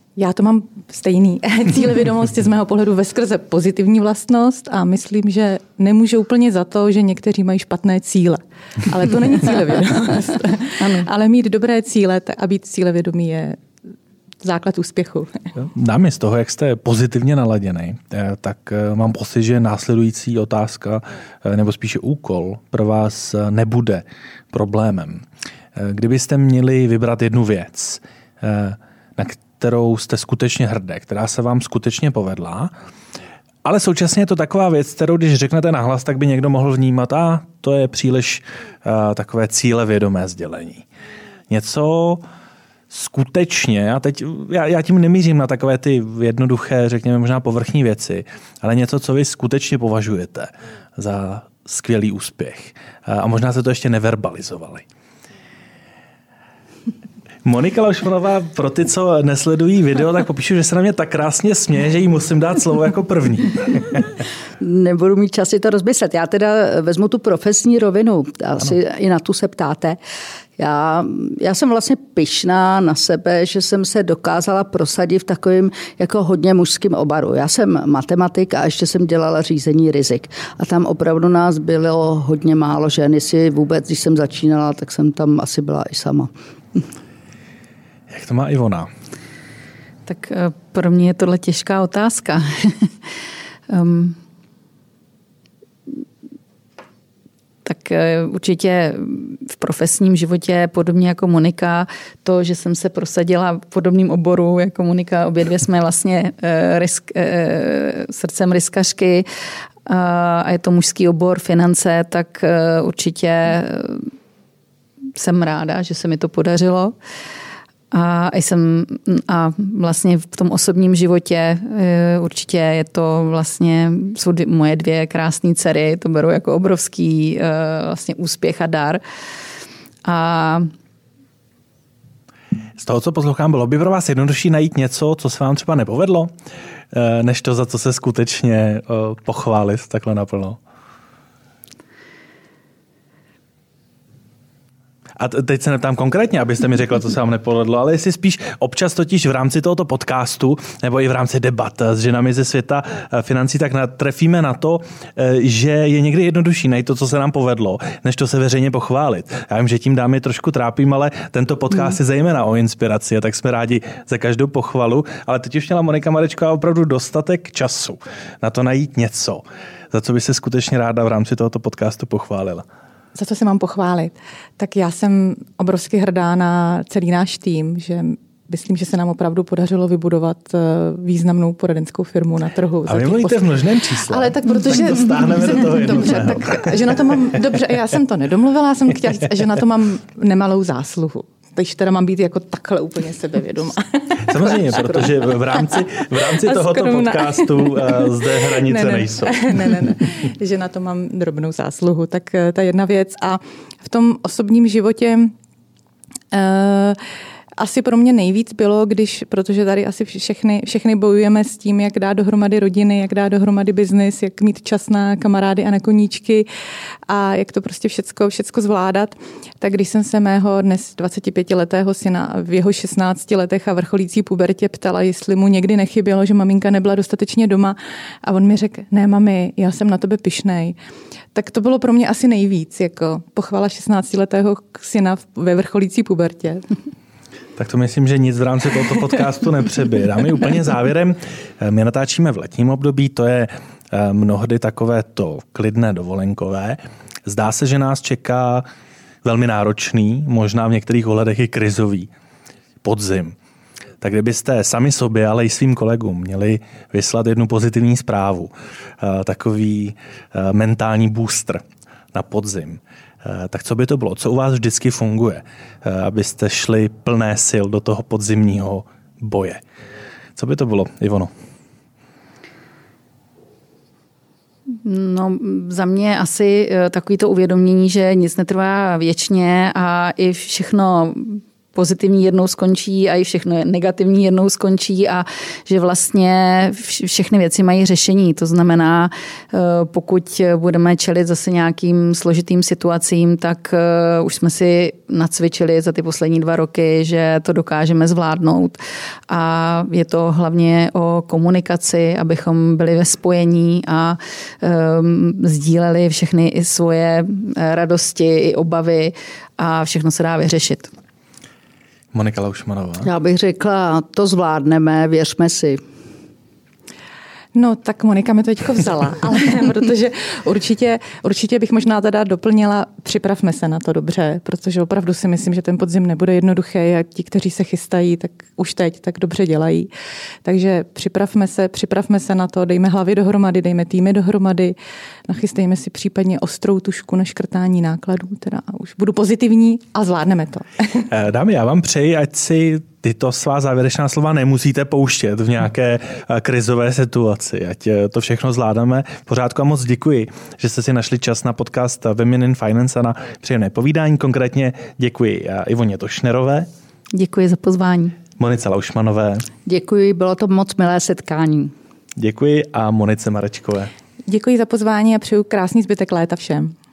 Já to mám stejný. Cílevědomost je z mého pohledu veskrze pozitivní vlastnost a myslím, že nemůže úplně za to, že někteří mají špatné cíle. Ale to není cílevědomost. Ale mít dobré cíle a být cílevědomý je základ úspěchu. Dámy, z toho, jak jste pozitivně naladěný, tak mám pocit, že následující otázka, nebo spíše úkol pro vás nebude problémem. Kdybyste měli vybrat jednu věc, na kterou jste skutečně hrdé, která se vám skutečně povedla, ale současně je to taková věc, kterou když řeknete nahlas, tak by někdo mohl vnímat, a to je příliš uh, takové cílevědomé sdělení. Něco skutečně, a teď já, já tím nemířím na takové ty jednoduché, řekněme možná povrchní věci, ale něco, co vy skutečně považujete za skvělý úspěch. A možná se to ještě neverbalizovali. Monika Laušmanová, pro ty, co nesledují video, tak popíšu, že se na mě tak krásně směje, že jí musím dát slovo jako první. Nebudu mít čas si to rozmyslet. Já teda vezmu tu profesní rovinu, asi ano. I na tu se ptáte. Já, já jsem vlastně pyšná na sebe, že jsem se dokázala prosadit v takovém jako hodně mužském obaru. Já jsem matematik a ještě jsem dělala řízení rizik. A tam opravdu nás bylo hodně málo žen. Jestli vůbec, když jsem začínala, tak jsem tam asi byla i sama. Jak to má Ivona? Tak pro mě je tohle těžká otázka. um, tak určitě v profesním životě, podobně jako Monika, to, že jsem se prosadila v podobném oboru jako Monika, obě dvě jsme vlastně risk, srdcem riskařky a je to mužský obor, finance, tak určitě jsem ráda, že se mi to podařilo. A jsem a vlastně v tom osobním životě určitě je to vlastně, jsou moje dvě krásné dcery, to beru jako obrovský vlastně úspěch a dar. A z toho, co poslouchám, bylo by pro vás jednodušší najít něco, co se vám třeba nepovedlo, než to, za co se skutečně pochválit takhle naplno? A teď se neptám konkrétně, abyste mi řekla, co se vám nepovedlo, ale jestli spíš občas totiž v rámci tohoto podcastu nebo i v rámci debat s ženami ze světa financí, tak natrefíme na to, že je někdy jednodušší najít to, co se nám povedlo, než to se veřejně pochválit. Já vím, že tím dámy trošku trápím, ale tento podcast je zejména o inspiraci, a tak jsme rádi za každou pochvalu, ale teď už měla Monika Marečková opravdu dostatek času na to najít něco, za co by se skutečně ráda v rámci tohoto podcastu pochválila. Za co se mám pochválit? Tak já jsem obrovsky hrdá na celý náš tým, že myslím, že se nám opravdu podařilo vybudovat významnou poradenskou firmu na trhu. A vy mluvíte v množném čísle. Ale tak protože... Tak to stáhneme do toho dobře, tak, že na to mám, dobře, já jsem to nedomluvila, já jsem chtěla říct, že na to mám nemalou zásluhu. Takže teda mám být jako takhle úplně sebevědomá. Samozřejmě, protože v rámci, v rámci tohoto podcastu zde hranice ne, ne, nejsou. Ne, ne, ne, že na to mám drobnou zásluhu. Tak ta jedna věc. A v tom osobním životě uh, asi pro mě nejvíc bylo, když, protože tady asi všechny, všechny bojujeme s tím, jak dát dohromady rodiny, jak dát dohromady biznis, jak mít čas na kamarády a na koníčky a jak to prostě všecko, všecko zvládat. Tak když jsem se mého dnes dvacetipětiletého syna v jeho šestnácti letech a vrcholící pubertě ptala, jestli mu někdy nechybělo, že maminka nebyla dostatečně doma, a on mi řekl, ne mami, já jsem na tebe pyšnej. Tak to bylo pro mě asi nejvíc, jako pochvala šestnáctiletého syna ve vrcholící pubertě. Tak to myslím, že nic v rámci tohoto podcastu nepřebírá. My úplně závěrem, my natáčíme v letním období, to je mnohdy takové to klidné dovolenkové. Zdá se, že nás čeká velmi náročný, možná v některých ohledech i krizový podzim. Tak kdybyste sami sobě, ale i svým kolegům měli vyslat jednu pozitivní zprávu, takový mentální booster na podzim, tak co by to bylo? Co u vás vždycky funguje, abyste šli plné sil do toho podzimního boje? Co by to bylo, Ivono? No, za mě asi takový to uvědomění, že nic netrvá věčně a i všechno pozitivní jednou skončí a i všechno negativní jednou skončí a že vlastně všechny věci mají řešení. To znamená, pokud budeme čelit zase nějakým složitým situacím, tak už jsme si nacvičili za ty poslední dva roky, že to dokážeme zvládnout. A je to hlavně o komunikaci, abychom byli ve spojení a um, sdíleli všechny i svoje radosti, i obavy a všechno se dá vyřešit. Monika Laušmanová. Já bych řekla, to zvládneme, věřme si. No, tak Monika mi to teďko vzala, ale protože určitě, určitě bych možná teda doplnila, připravme se na to dobře, protože opravdu si myslím, že ten podzim nebude jednoduchý a ti, kteří se chystají, tak už teď tak dobře dělají. Takže připravme se, připravme se na to, dejme hlavy dohromady, dejme týmy dohromady, nachystejme si případně ostrou tušku na škrtání nákladů, teda už budu pozitivní a zvládneme to. Dámy, já vám přeji, ať si tyto svá závěrečná slova nemusíte pouštět v nějaké krizové situaci. Ať to všechno zvládáme. V pořádku a moc děkuji, že jste si našli čas na podcast Women in Finance a na příjemné povídání. Konkrétně děkuji Ivoně Tošnerové. Děkuji za pozvání. Monice Laušmanové. Děkuji, bylo to moc milé setkání. Děkuji a Monice Marečkové. Děkuji za pozvání a přeju krásný zbytek léta všem.